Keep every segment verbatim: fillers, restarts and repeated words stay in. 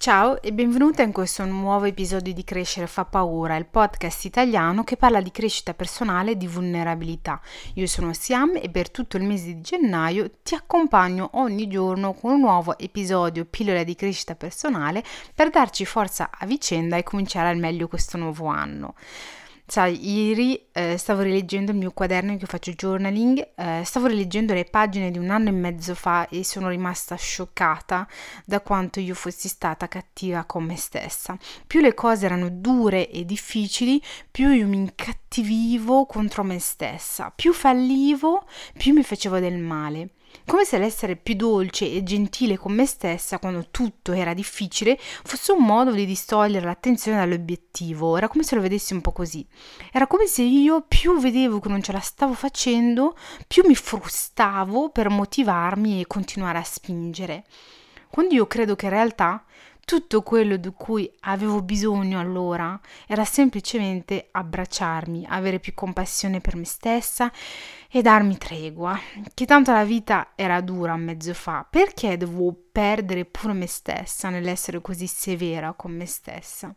Ciao e benvenuta in questo nuovo episodio di Crescere fa paura, il podcast italiano che parla di crescita personale e di vulnerabilità. Io sono Siam e per tutto il mese di gennaio ti accompagno ogni giorno con un nuovo episodio pillola di crescita personale per darci forza a vicenda e cominciare al meglio questo nuovo anno. Sai, ieri eh, stavo rileggendo il mio quaderno in cui faccio journaling, eh, stavo rileggendo le pagine di un anno e mezzo fa e sono rimasta scioccata da quanto io fossi stata cattiva con me stessa. Più le cose erano dure e difficili, più io mi incattivivo contro me stessa, più fallivo, più mi facevo del male. Come se l'essere più dolce e gentile con me stessa quando tutto era difficile fosse un modo di distogliere l'attenzione dall'obiettivo. Era come se lo vedessi un po' così. Era come se io più vedevo che non ce la stavo facendo, più mi frustavo per motivarmi e continuare a spingere. Quando io credo che in realtà tutto quello di cui avevo bisogno allora era semplicemente abbracciarmi, avere più compassione per me stessa e darmi tregua, che tanto la vita era dura un mezzo fa, perché dovevo perdere pure me stessa nell'essere così severa con me stessa?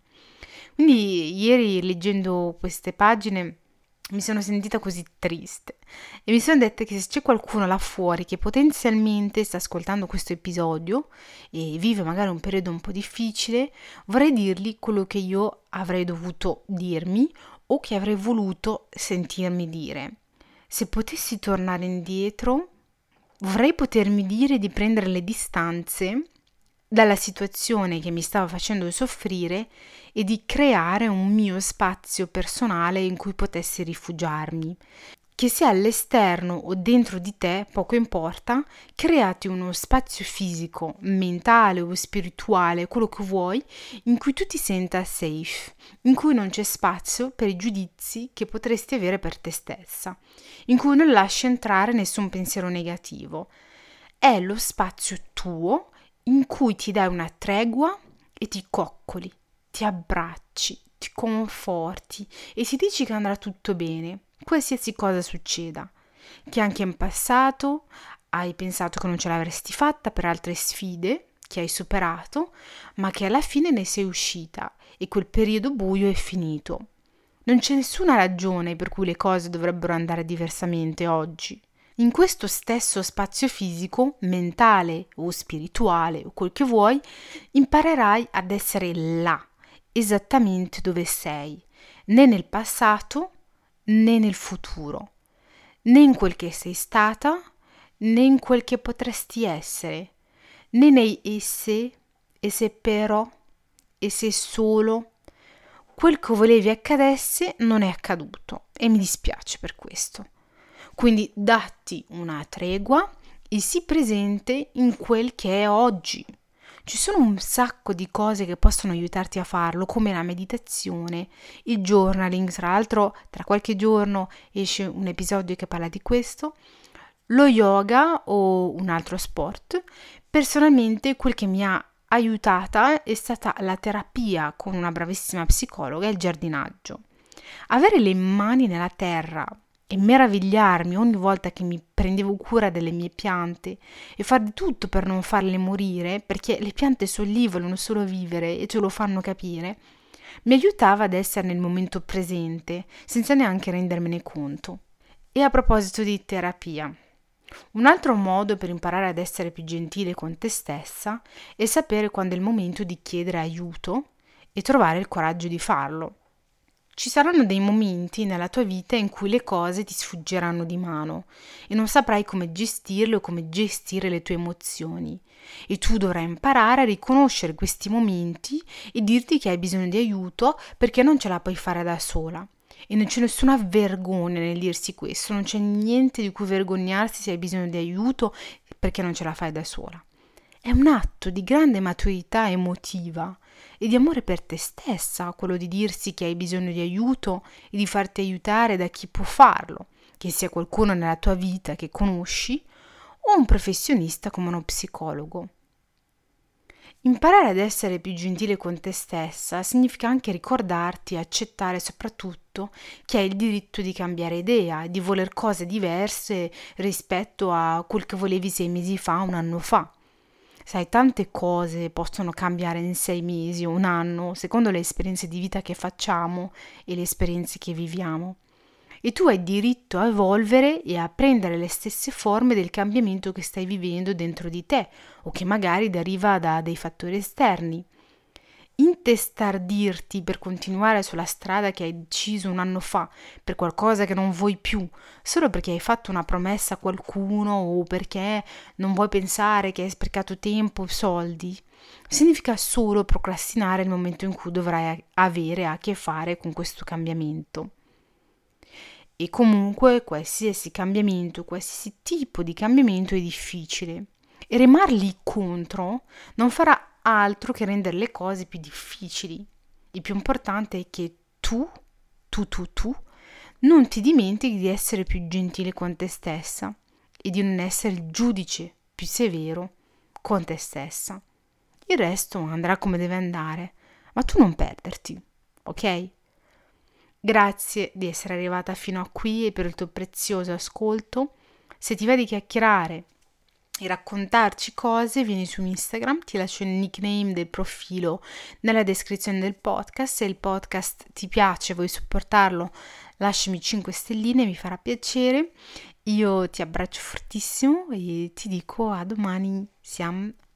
Quindi ieri leggendo queste pagine mi sono sentita così triste e mi sono detta che se c'è qualcuno là fuori che potenzialmente sta ascoltando questo episodio e vive magari un periodo un po' difficile, vorrei dirgli quello che io avrei dovuto dirmi o che avrei voluto sentirmi dire. Se potessi tornare indietro, vorrei potermi dire di prendere le distanze dalla situazione che mi stava facendo soffrire e di creare un mio spazio personale in cui potessi rifugiarmi. Che sia all'esterno o dentro di te, poco importa, creati uno spazio fisico, mentale o spirituale, quello che vuoi, in cui tu ti senta safe, in cui non c'è spazio per i giudizi che potresti avere per te stessa, in cui non lasci entrare nessun pensiero negativo. È lo spazio tuo in cui ti dai una tregua e ti coccoli, ti abbracci, ti conforti e ti dici che andrà tutto bene, qualsiasi cosa succeda, che anche in passato hai pensato che non ce l'avresti fatta per altre sfide che hai superato, ma che alla fine ne sei uscita e quel periodo buio è finito. Non c'è nessuna ragione per cui le cose dovrebbero andare diversamente oggi. In questo stesso spazio fisico, mentale o spirituale o quel che vuoi, imparerai ad essere là, esattamente dove sei, né nel passato né nel futuro, né in quel che sei stata né in quel che potresti essere, né nei e se, e se però, e se solo. Quel che volevi accadesse non è accaduto e mi dispiace per questo. Quindi datti una tregua e sii presente in quel che è oggi. Ci sono un sacco di cose che possono aiutarti a farlo, come la meditazione, il journaling, tra l'altro tra qualche giorno esce un episodio che parla di questo, lo yoga o un altro sport. Personalmente quel che mi ha aiutata è stata la terapia con una bravissima psicologa e il giardinaggio. Avere le mani nella terra e meravigliarmi ogni volta che mi prendevo cura delle mie piante e far di tutto per non farle morire, perché le piante sono lì, vogliono solo vivere e ce lo fanno capire, mi aiutava ad essere nel momento presente, senza neanche rendermene conto. E a proposito di terapia, un altro modo per imparare ad essere più gentile con te stessa è sapere quando è il momento di chiedere aiuto e trovare il coraggio di farlo. Ci saranno dei momenti nella tua vita in cui le cose ti sfuggeranno di mano e non saprai come gestirle o come gestire le tue emozioni. E tu dovrai imparare a riconoscere questi momenti e dirti che hai bisogno di aiuto perché non ce la puoi fare da sola. E non c'è nessuna vergogna nel dirsi questo, non c'è niente di cui vergognarsi se hai bisogno di aiuto perché non ce la fai da sola. È un atto di grande maturità emotiva e di amore per te stessa, quello di dirsi che hai bisogno di aiuto e di farti aiutare da chi può farlo, che sia qualcuno nella tua vita che conosci o un professionista come uno psicologo. Imparare ad essere più gentile con te stessa significa anche ricordarti e accettare soprattutto che hai il diritto di cambiare idea e di voler cose diverse rispetto a quel che volevi sei mesi fa, un anno fa. Sai, tante cose possono cambiare in sei mesi o un anno, secondo le esperienze di vita che facciamo e le esperienze che viviamo. E tu hai diritto a evolvere e a prendere le stesse forme del cambiamento che stai vivendo dentro di te o che magari deriva da dei fattori esterni. Intestardirti per continuare sulla strada che hai deciso un anno fa per qualcosa che non vuoi più, solo perché hai fatto una promessa a qualcuno o perché non vuoi pensare che hai sprecato tempo o soldi, significa solo procrastinare il momento in cui dovrai avere a che fare con questo cambiamento. E comunque qualsiasi cambiamento, qualsiasi tipo di cambiamento è difficile. E remarli contro non farà altro che rendere le cose più difficili. Il più importante è che tu, tu, tu, tu, non ti dimentichi di essere più gentile con te stessa e di non essere il giudice più severo con te stessa. Il resto andrà come deve andare, ma tu non perderti, ok? Grazie di essere arrivata fino a qui e per il tuo prezioso ascolto. Se ti va di chiacchierare e raccontarci cose, vieni su Instagram, ti lascio il nickname del profilo nella descrizione del podcast. Se il podcast ti piace e vuoi supportarlo, lasciami cinque stelline, mi farà piacere. Io ti abbraccio fortissimo e ti dico a domani, Siam.